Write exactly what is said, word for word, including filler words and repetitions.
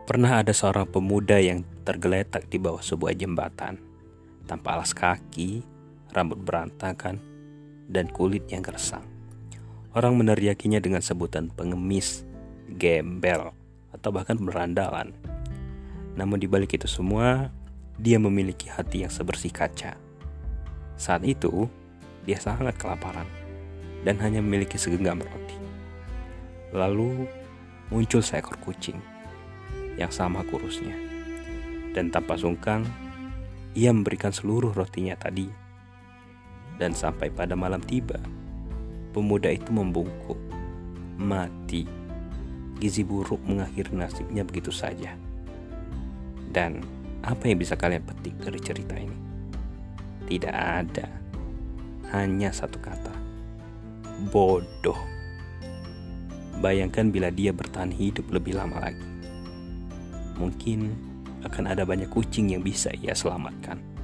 Pernah ada seorang pemuda yang tergeletak di bawah sebuah jembatan, tanpa alas kaki, rambut berantakan, dan kulit yang gersang. Orang meneriakinya dengan sebutan pengemis, gembel, atau bahkan berandalan. Namun di balik itu semua, dia memiliki hati yang sebersih kaca. Saat itu, dia sangat kelaparan dan hanya memiliki segenggam roti. Lalu muncul seekor kucing yang sama kurusnya, dan tanpa sungkan ia memberikan seluruh rotinya tadi. Dan sampai pada malam tiba, pemuda itu membungkuk, mati. Gizi buruk mengakhiri nasibnya begitu saja. Dan apa yang bisa kalian petik dari cerita ini? Tidak ada, hanya satu kata: bodoh. Bayangkan bila dia bertahan hidup lebih lama lagi. Mungkin akan ada banyak kucing yang bisa ia selamatkan.